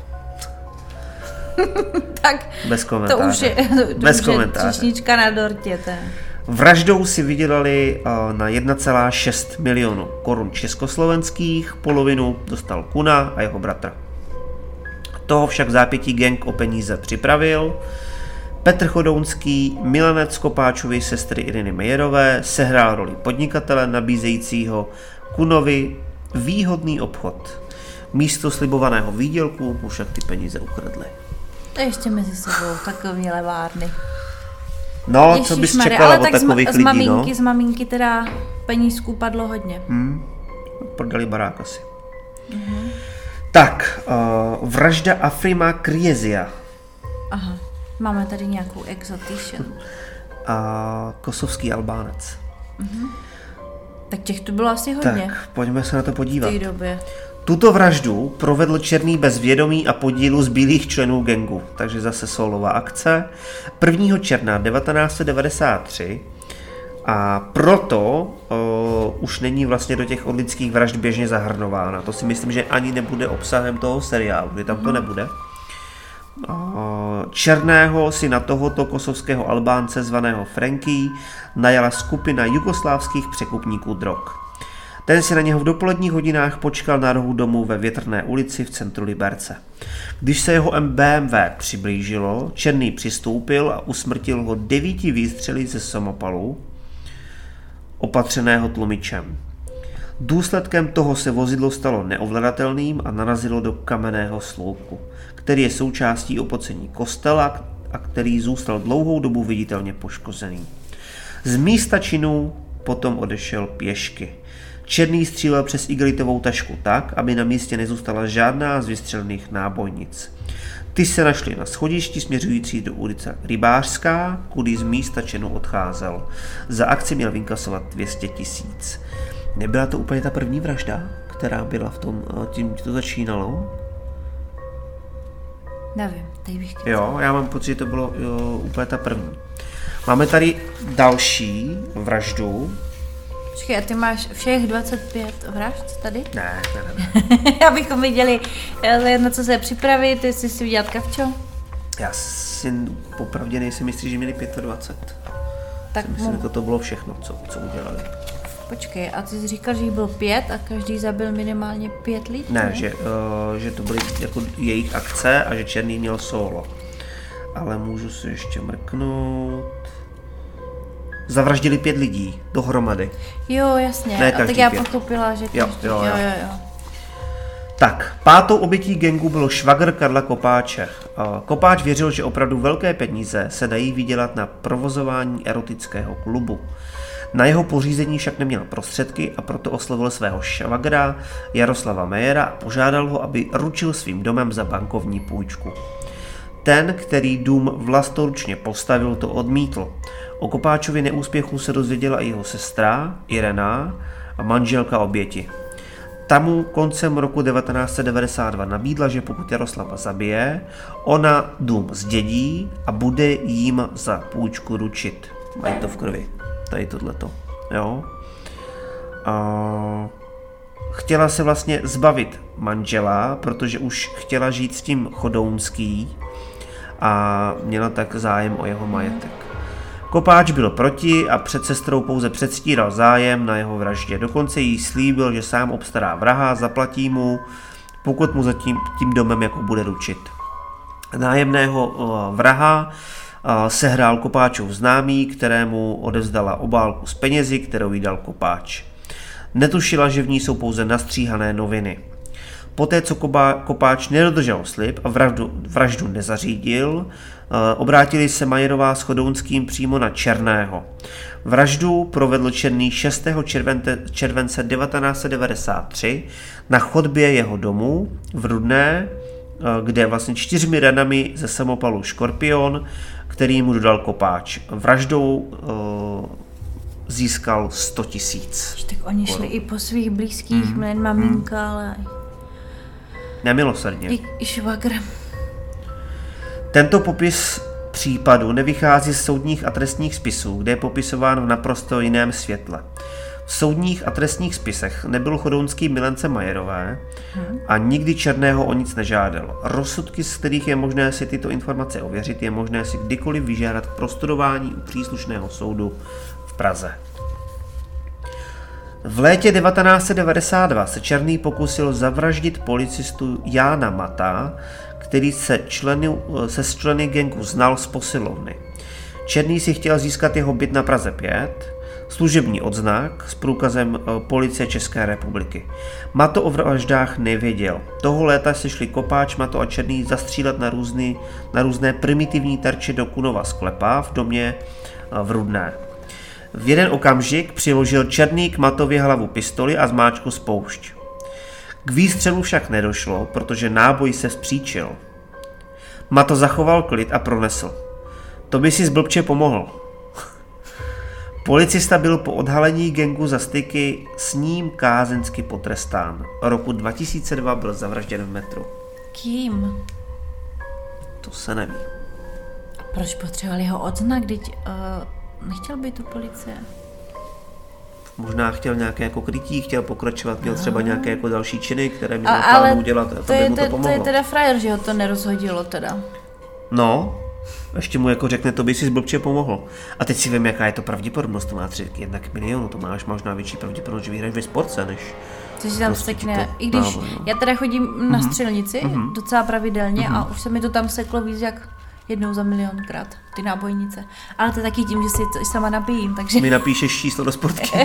[SPEAKER 2] Tak
[SPEAKER 1] bez komentáře.
[SPEAKER 2] To už je
[SPEAKER 1] bez komentáře.
[SPEAKER 2] Číšnička na dortě.
[SPEAKER 1] Vraždou si vydělali na 1,6 milionu korun československých, polovinu dostal Kuna a jeho bratr. Toho však zápětí gang o peníze připravil. Petr Chodounský, milenec Kopáčovy sestry Iriny Mejerové, sehrál roli podnikatele nabízejícího Kunovi výhodný obchod. Místo slibovaného výdělku mu však ty peníze ukradli.
[SPEAKER 2] To ještě mezi sebou takový levárny.
[SPEAKER 1] No, Ježiš, co bys čekala od takových lidí, no?
[SPEAKER 2] Z maminky teda penízků padlo hodně.
[SPEAKER 1] Prodali barák asi. Tak, vražda Afrima Kriezia.
[SPEAKER 2] Aha, máme tady nějakou exotition.
[SPEAKER 1] A kosovský Albánec.
[SPEAKER 2] Tak těch tu bylo asi hodně.
[SPEAKER 1] Tak, pojďme se na to podívat.
[SPEAKER 2] V té době.
[SPEAKER 1] Tuto vraždu provedl Černý bez vědomí a podílu zbylých členů gangu, takže zase solová akce, 1. června 1993 a proto už není vlastně do těch odlických vražd běžně zahrnována. To si myslím, že ani nebude obsahem toho seriálu, kdy tam to nebude. Černého si na tohoto kosovského Albánce zvaného Frankie najala skupina jugoslávských překupníků drog. Ten si na něho v dopoledních hodinách počkal na rohu domu ve Větrné ulici v centru Liberce. Když se jeho BMW přiblížilo, Černý přistoupil a usmrtil ho 9 výstřely ze samopalu, opatřeného tlumičem. Důsledkem toho se vozidlo stalo neovladatelným a narazilo do kamenného sloupku, který je součástí opocení kostela a který zůstal dlouhou dobu viditelně poškozený. Z místa činu potom odešel pěšky. Černý střílel přes igelitovou tašku tak, aby na místě nezůstala žádná z vystřelených nábojnic. Ty se našly na schodišti směřující do ulice Rybářská, kudy z místa činu odcházel. Za akci měl vynkasovat 200 000. Nebyla to úplně ta první vražda, která byla v tom, tím to začínalo?
[SPEAKER 2] Nevím, tady bych chtěl.
[SPEAKER 1] Jo, já mám pocit, že to bylo úplně ta první. Máme tady další vraždu.
[SPEAKER 2] Počkej, a ty máš všech 25 vražd tady?
[SPEAKER 1] Ne.
[SPEAKER 2] Abychom viděli, na co se připravit, jestli si udělat kavčo.
[SPEAKER 1] Já si popravdě nejsem jistý, že měli 25.
[SPEAKER 2] Tak
[SPEAKER 1] myslím, že to bylo všechno, co udělali.
[SPEAKER 2] Počkej, a ty jsi říkal, že jich bylo 5 a každý zabil minimálně 5 lidí?
[SPEAKER 1] Ne, že to byly jako jejich akce a že Černý měl solo. Ale můžu si ještě mrknout. Zavraždili 5 lidí dohromady.
[SPEAKER 2] Jo, jasně.
[SPEAKER 1] Ne,
[SPEAKER 2] a tak já pochopila, že
[SPEAKER 1] jo. Tak, 5. obětí gangu bylo švagr Karla Kopáče. Kopáč věřil, že opravdu velké peníze se dají vydělat na provozování erotického klubu. Na jeho pořízení však neměl prostředky a proto oslovil svého švagra Jaroslava Mejera a požádal ho, aby ručil svým domem za bankovní půjčku. Ten, který dům vlastnoručně postavil, to odmítl. O Kopáčově neúspěchu se dozvěděla i jeho sestra Irena a manželka oběti. Ta mu koncem roku 1992 nabídla, že pokud Jaroslava zabije, ona dům zdědí a bude jim za půjčku ručit. Mají to v krvi. Tady tohleto. Jo? Chtěla se vlastně zbavit manžela, protože už chtěla žít s tím Chodounský a měla tak zájem o jeho majetek. Kopáč byl proti a před sestrou pouze předstíral zájem na jeho vraždě. Dokonce jí slíbil, že sám obstará vraha, zaplatí mu, pokud mu za tím domem jako bude ručit. Nájemného vraha sehrál Kopáčův známý, kterému odevzdala obálku s penězi, kterou jí dal Kopáč. Netušila, že v ní jsou pouze nastříhané noviny. Poté, co Kopáč nedodržel slib a vraždu nezařídil, obrátili se Majerová s Chodounským přímo na Černého. Vraždu provedl Černý 6. července 1993 na chodbě jeho domu v Rudné, kde vlastně 4 ranami ze samopalu Škorpion, který mu dodal Kopáč. Vraždou získal 100 000.
[SPEAKER 2] Tak oni šli i po svých blízkých, nejen maminka, ale
[SPEAKER 1] nemilosrdně.
[SPEAKER 2] I švagr.
[SPEAKER 1] Tento popis případu nevychází z soudních a trestních spisů, kde je popisován v naprosto jiném světle. V soudních a trestních spisech nebyl Chodounský milencem Majerové a nikdy Černého o nic nežádal. Rozsudky, z kterých je možné si tyto informace ověřit, je možné si kdykoliv vyžádat k prostudování u příslušného soudu v Praze. V létě 1992 se Černý pokusil zavraždit policistu Jána Mata, který se s členy gangu znal z posilovny. Černý si chtěl získat jeho byt na Praze 5, služební odznak s průkazem Policie České republiky. Mato o vraždách nevěděl. Toho léta se šli Kopáč, Mato a Černý zastřílet na různé primitivní terče do Kunova sklepa v domě v Rudné. V jeden okamžik přiložil Černý k Matovi hlavu pistoli a zmáčkl spoušť. K výstřelu však nedošlo, protože náboj se vzpříčil. Mato zachoval klid a pronesl: "To by si zblbče pomohl." Policista byl po odhalení gangu za styky s ním kázeňsky potrestán. Roku 2002 byl zavražděn v metru.
[SPEAKER 2] Kým?
[SPEAKER 1] To se neví.
[SPEAKER 2] Proč potřeboval jeho odznak, když nechtěl být u policie?
[SPEAKER 1] Možná chtěl nějaké jako krytí, chtěl pokračovat, měl třeba nějaké jako další činy, které měl plánu udělat, a to by mu to pomohlo.
[SPEAKER 2] To je teda frajer, že ho to nerozhodilo teda.
[SPEAKER 1] No, ještě mu jako řekne, to by si zblbče pomohl. A teď si vím, jaká je to pravděpodobnost, to má 1 milion, to máš možná větší pravděpodobnost, že vyhraješ ve sportce, než...
[SPEAKER 2] Což tam sekne, i když já teda chodím na střelnici docela pravidelně a už se mi to tam seklo víc jak 1 za milionkrát, ty nábojnice. Ale to je taky tím, že si sama nabíjím, takže...
[SPEAKER 1] Mi napíšeš číslo do sportky.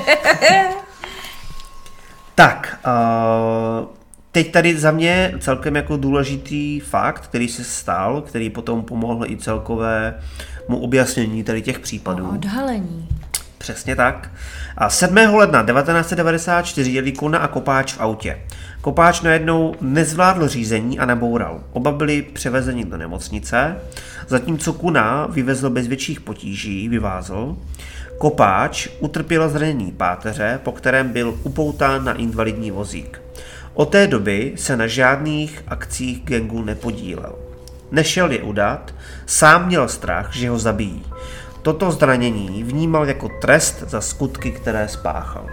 [SPEAKER 1] Tak, teď tady za mě celkem jako důležitý fakt, který se stal, který potom pomohl i celkovému objasnění tady těch případů.
[SPEAKER 2] Odhalení.
[SPEAKER 1] Přesně tak. A 7. ledna 1994 jeli Kuna a Kopáč v autě. Kopáč najednou nezvládl řízení a naboural. Oba byli převezeni do nemocnice, zatímco Kuna vyvezl bez větších potíží, vyvázl. Kopáč utrpěl zranění páteře, po kterém byl upoután na invalidní vozík. Od té doby se na žádných akcích gangu nepodílel. Nešel je udat, sám měl strach, že ho zabijí. Toto zranění vnímal jako trest za skutky, které spáchal.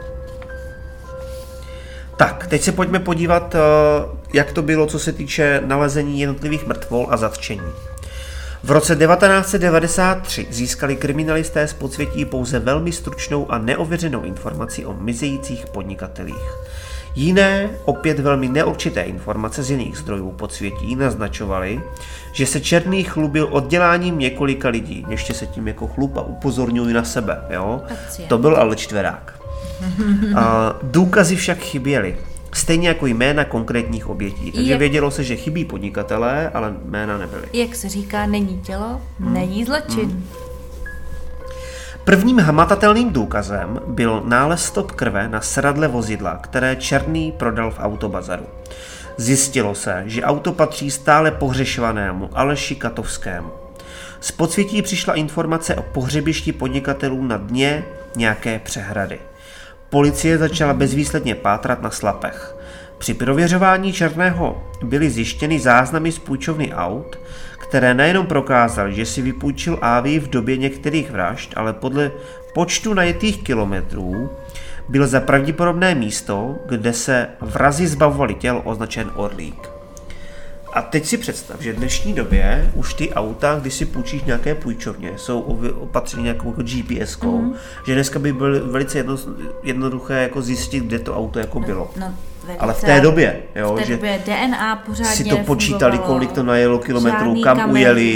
[SPEAKER 1] Tak, teď se pojďme podívat, jak to bylo, co se týče nalezení jednotlivých mrtvol a zatčení. V roce 1993 získali kriminalisté z podsvětí pouze velmi stručnou a neověřenou informaci o mizejících podnikatelích. Jiné, opět velmi neurčité informace z jiných zdrojů podsvětí naznačovaly, že se Černý chlubil odděláním několika lidí. Ještě se tím jako chlup a upozorňuji na sebe, jo? To byl ale čtverák. Důkazy však chyběly. Stejně jako jména konkrétních obětí. Takže vědělo se, že chybí podnikatelé, ale jména nebyly.
[SPEAKER 2] Jak se říká, není tělo, není zločin.
[SPEAKER 1] Prvním hmatatelným důkazem byl nález stop krve na sedadle vozidla, které Černý prodal v autobazaru. Zjistilo se, že auto patří stále pohřešovanému Aleši Katovskému. Z podsvětí přišla informace o pohřebišti podnikatelů na dně nějaké přehrady. Policie začala bezvýsledně pátrat na slapech. Při prověřování Černého byly zjištěny záznamy z půjčovny aut, které nejenom prokázaly, že si vypůjčil Avi v době některých vražd, ale podle počtu najetých kilometrů byl za pravděpodobné místo, kde se vrazi zbavovali těl, označen Orlík. A teď si představ, že v dnešní době už ty auta, když si půjčíš nějaké půjčovně, jsou opatřeny nějakou jako GPS-kou, že dneska by bylo velice jednoduché jako zjistit, kde to auto jako bylo. Ale v té době, jo,
[SPEAKER 2] v té době DNA pořádně
[SPEAKER 1] si to počítali, kolik to najelo kilometrů, kam ujeli,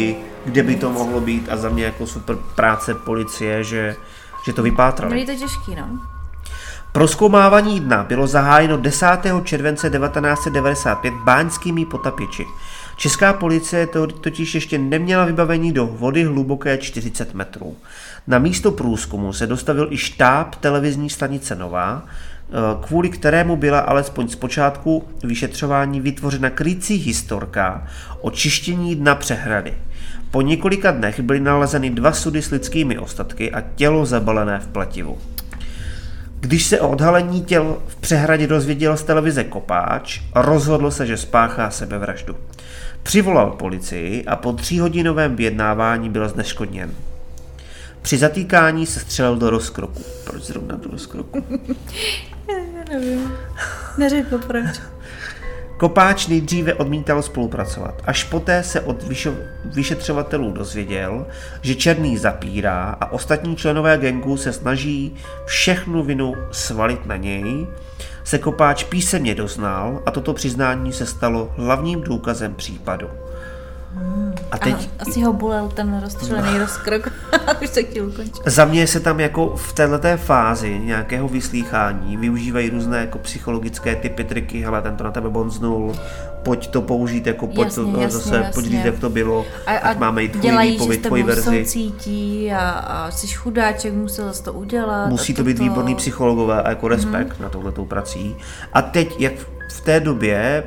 [SPEAKER 1] kde by to mohlo být a za mě jako super práce policie, že to vypátrali.
[SPEAKER 2] Byli to těžký, no.
[SPEAKER 1] Prozkoumávání dna bylo zahájeno 10. července 1995 báňskými potapěči. Česká policie totiž ještě neměla vybavení do vody hluboké 40 metrů. Na místo průzkumu se dostavil i štáb televizní stanice Nová, kvůli kterému byla alespoň zpočátku vyšetřování vytvořena krycí historka o čištění dna přehrady. Po několika dnech byly nalezeny 2 sudy s lidskými ostatky a tělo zabalené v pletivu. Když se o odhalení těl v přehradě dozvěděl z televize Kopáč, rozhodl se, že spáchá sebevraždu. Přivolal policii a po 3hodinovém vyjednávání byl zneškodněn. Při zatýkání se střelil do rozkroku. Proč zrovna do rozkroku?
[SPEAKER 2] Já nevím. Neřekl proč.
[SPEAKER 1] Kopáč nejdříve odmítal spolupracovat. Až poté se od vyšetřovatelů dozvěděl, že Černý zapírá a ostatní členové gangu se snaží všechnu vinu svalit na něj, se Kopáč písemně doznal a toto přiznání se stalo hlavním důkazem případu.
[SPEAKER 2] A teď... Asi ho bolel ten rozstřelený rozkrok. Už se chtěl ukončit.
[SPEAKER 1] Za mě se tam jako v této fázi nějakého vyslýchání využívají různé jako psychologické typy, triky, hele, ten to na tebe bonznul, pojď to použít, jako pojď
[SPEAKER 2] jasně,
[SPEAKER 1] to zase, pojď říct, jak to bylo, ať máme i tvůj výpověď, tvoji verzi.
[SPEAKER 2] Soucítí a jsi chudáček, musel to udělat.
[SPEAKER 1] Musí to být výborný psychologové a jako respekt na touhletou prací. A teď, jak v té době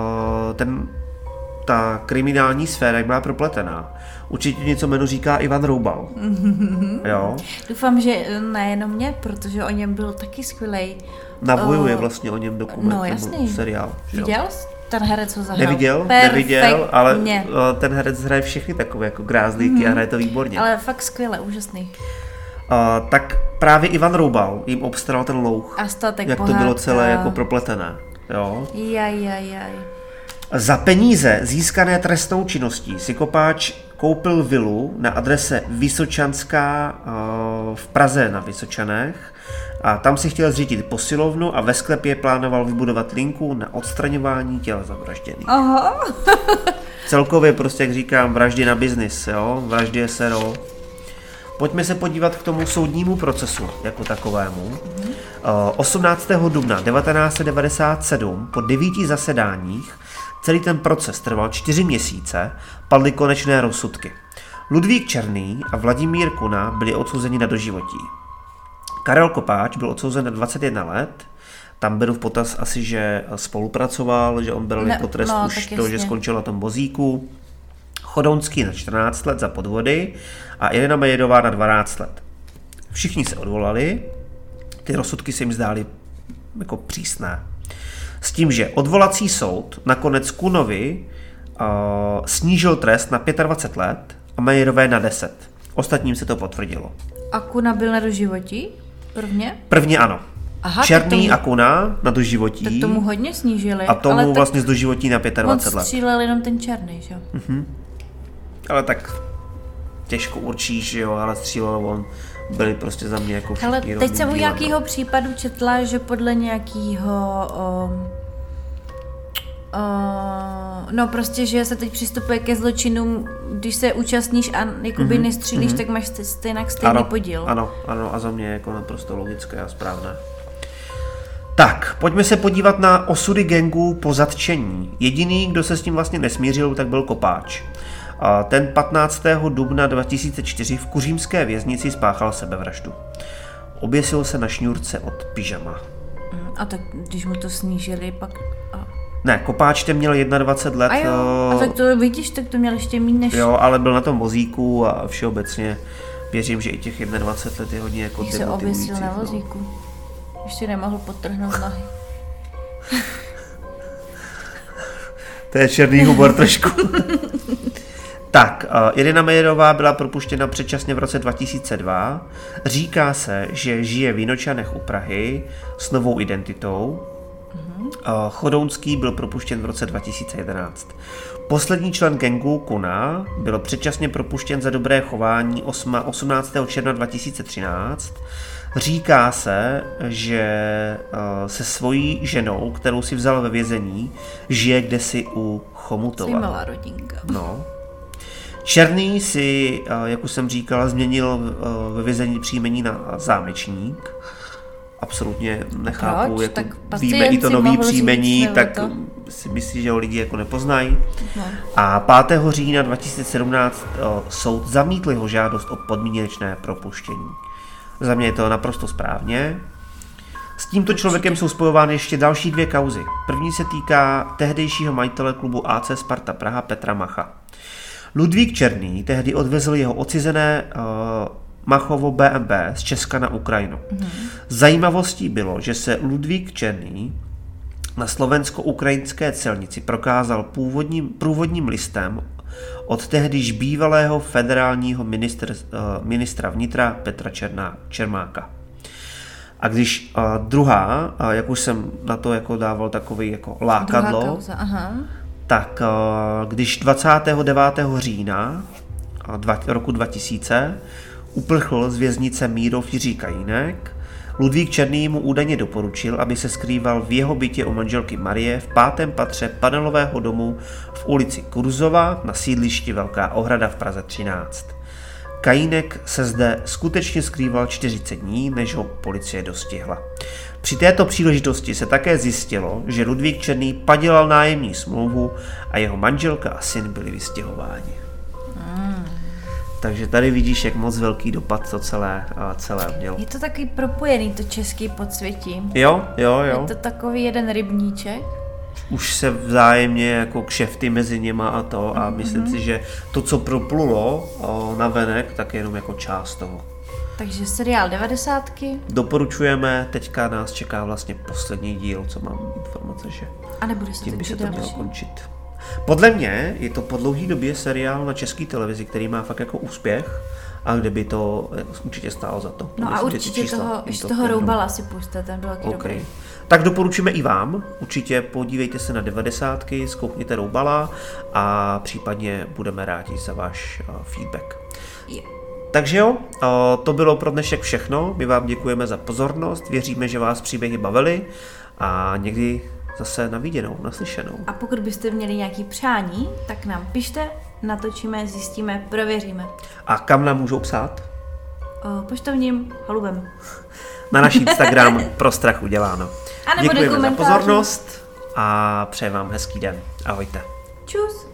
[SPEAKER 1] ta kriminální sféra jak byla propletená. Určitě něco jméno říká Ivan Roubal. Jo?
[SPEAKER 2] Doufám, že nejenom mě, protože o něm byl taky skvělej.
[SPEAKER 1] Na Voju je vlastně o něm dokument,
[SPEAKER 2] no, jasný.
[SPEAKER 1] seriál.
[SPEAKER 2] Viděl jsi ten herec, co zahrál?
[SPEAKER 1] Neviděl, ale ten herec hraje všechny takové jako grázlíky a hraje to výborně.
[SPEAKER 2] Ale fakt skvěle, úžasný.
[SPEAKER 1] Tak právě Ivan Roubal jim obstaral ten louh.
[SPEAKER 2] A statek
[SPEAKER 1] jak
[SPEAKER 2] pohádka.
[SPEAKER 1] To bylo celé jako propletené. Jo?
[SPEAKER 2] Jaj.
[SPEAKER 1] Za peníze získané trestnou činností si Kopáč koupil vilu na adrese Vysočanská v Praze na Vysočanech a tam si chtěl zřídit posilovnu a ve sklepě plánoval vybudovat linku na odstraňování těl zavražděných.
[SPEAKER 2] Aha.
[SPEAKER 1] Celkově prostě, jak říkám, vraždy na biznis, jo? Vraždy je sero. Pojďme se podívat k tomu soudnímu procesu jako takovému. 18. dubna 1997 po 9 zasedáních celý ten proces trval 4 měsíce, padly konečné rozsudky. Ludvík Černý a Vladimír Kuna byli odsouzeni na doživotí. Karel Kopáč byl odsouzen na 21 let, tam beru v potaz asi, že spolupracoval, že on byl jako trest už to, že skončil na tom vozíku. Chodounský na 14 let za podvody a Irena Majerová na 12 let. Všichni se odvolali, ty rozsudky se jim zdály jako přísné. S tím, že odvolací soud nakonec Kunovi snížil trest na 25 let a Majerové na 10. Ostatním se to potvrdilo.
[SPEAKER 2] A Kuna byl na doživotí?
[SPEAKER 1] Prvně ano.
[SPEAKER 2] Aha,
[SPEAKER 1] Černý a Kuna na doživotí.
[SPEAKER 2] Tak tomu hodně snížili.
[SPEAKER 1] A tomu vlastně z doživotí na 25 let.
[SPEAKER 2] On střílel jenom ten Černý, že jo?
[SPEAKER 1] Ale tak těžko určíš, jo, ale střílel on. Byli prostě za mě jako všichni.
[SPEAKER 2] Ale teď jsem u nějakého případu četla, že podle nějakého no prostě, že se teď přistupuje ke zločinům, když se účastníš a jakoby nestřílíš, tak máš stejný podíl.
[SPEAKER 1] Ano, a za mě je jako naprosto logické a správné. Tak, pojďme se podívat na osudy gangů po zatčení. Jediný, kdo se s tím vlastně nesmířil, tak byl Kopáč. Ten 15. dubna 2004 v kuřímské věznici spáchal sebevraždu. Oběsil se na šňůrce od pyžama.
[SPEAKER 2] A tak když mu to snížili, pak...
[SPEAKER 1] Ne, Kopáč ten měl 21 let.
[SPEAKER 2] A tak to vidíš, tak to měl ještě méně než...
[SPEAKER 1] Jo, ale byl na tom vozíku a všeobecně věřím, že i těch 21 let je hodně jako demotivující.
[SPEAKER 2] Když se oběsil na vozíku. Ještě nemohl podtrhnout nohy.
[SPEAKER 1] To je černý humor trošku. Tak, Irena Majerová byla propuštěna předčasně v roce 2002. Říká se, že žije v Vinočanech u Prahy s novou identitou. Chodounský byl propuštěn v roce 2011. Poslední člen gangu Kuna byl předčasně propuštěn za dobré chování 18. června 2013. Říká se, že se svojí ženou, kterou si vzal ve vězení, žije kdesi u Chomutova.
[SPEAKER 2] Zajímavá rodinka.
[SPEAKER 1] No. Černý si, jak už jsem říkal, změnil ve vězení příjmení na zámečník. Absolutně nechápu, jako víme i to nový příjmení, tak si myslí, že ho lidi jako nepoznají. No. A 5. října 2017 soud zamítl jeho žádost o podmíněčné propuštění. Za mě je to naprosto správně. S tímto člověkem jsou spojovány ještě další 2 kauzy. První se týká tehdejšího majitele klubu AC Sparta Praha Petra Macha. Ludvík Černý tehdy odvezl jeho odcizené Machovo BMW z Česka na Ukrajinu. Zajímavostí bylo, že se Ludvík Černý na slovensko-ukrajinské celnici prokázal průvodním listem od tehdyž bývalého federálního ministra vnitra Petra Čermáka. A když druhá, jak už jsem na to jako dával takový jako lákadlo, tak když 29. října roku 2000 uprchl z věznice Mírov Jiří Kajínek, Ludvík Černý mu údajně doporučil, aby se skrýval v jeho bytě u manželky Marie v 5. patře panelového domu v ulici Kurzova na sídlišti Velká Ohrada v Praze 13. Kajínek se zde skutečně skrýval 40 dní, než ho policie dostihla. Při této příležitosti se také zjistilo, že Ludvík Černý padělal nájemní smlouvu a jeho manželka a syn byli vystěhováni. Takže tady vidíš, jak moc velký dopad to celé mělo.
[SPEAKER 2] Je to takový propojený, to český podsvětí.
[SPEAKER 1] Jo.
[SPEAKER 2] Je to takový jeden rybníček.
[SPEAKER 1] Už se vzájemně jako kšefty mezi něma a to a myslím si, že to, co proplulo na venek, tak je jenom jako část toho.
[SPEAKER 2] Takže seriál 90.
[SPEAKER 1] Doporučujeme, teďka nás čeká vlastně poslední díl, co mám informace, že
[SPEAKER 2] a nebude se
[SPEAKER 1] tím by se to
[SPEAKER 2] další.
[SPEAKER 1] mělo končit. Podle mě je to po dlouhý době seriál na české televizi, který má fakt jako úspěch a kde by to určitě stálo za to.
[SPEAKER 2] No a určitě toho Roubala si puste, ten byl taky dobrý.
[SPEAKER 1] Tak doporučíme i vám, určitě podívejte se na 90, zkoukněte Roubala a případně budeme rádi za váš feedback. Takže jo, to bylo pro dnešek všechno, my vám děkujeme za pozornost, věříme, že vás příběhy bavily a někdy zase na viděnou, naslyšenou.
[SPEAKER 2] A pokud byste měli nějaké přání, tak nám pište, natočíme, zjistíme, prověříme.
[SPEAKER 1] A kam nám můžou psát?
[SPEAKER 2] Poštovním holubem.
[SPEAKER 1] Na náš Instagram Pro strach uděláno.
[SPEAKER 2] A nebo
[SPEAKER 1] děkujeme za pozornost a přeji vám hezký den. Ahojte.
[SPEAKER 2] Čus.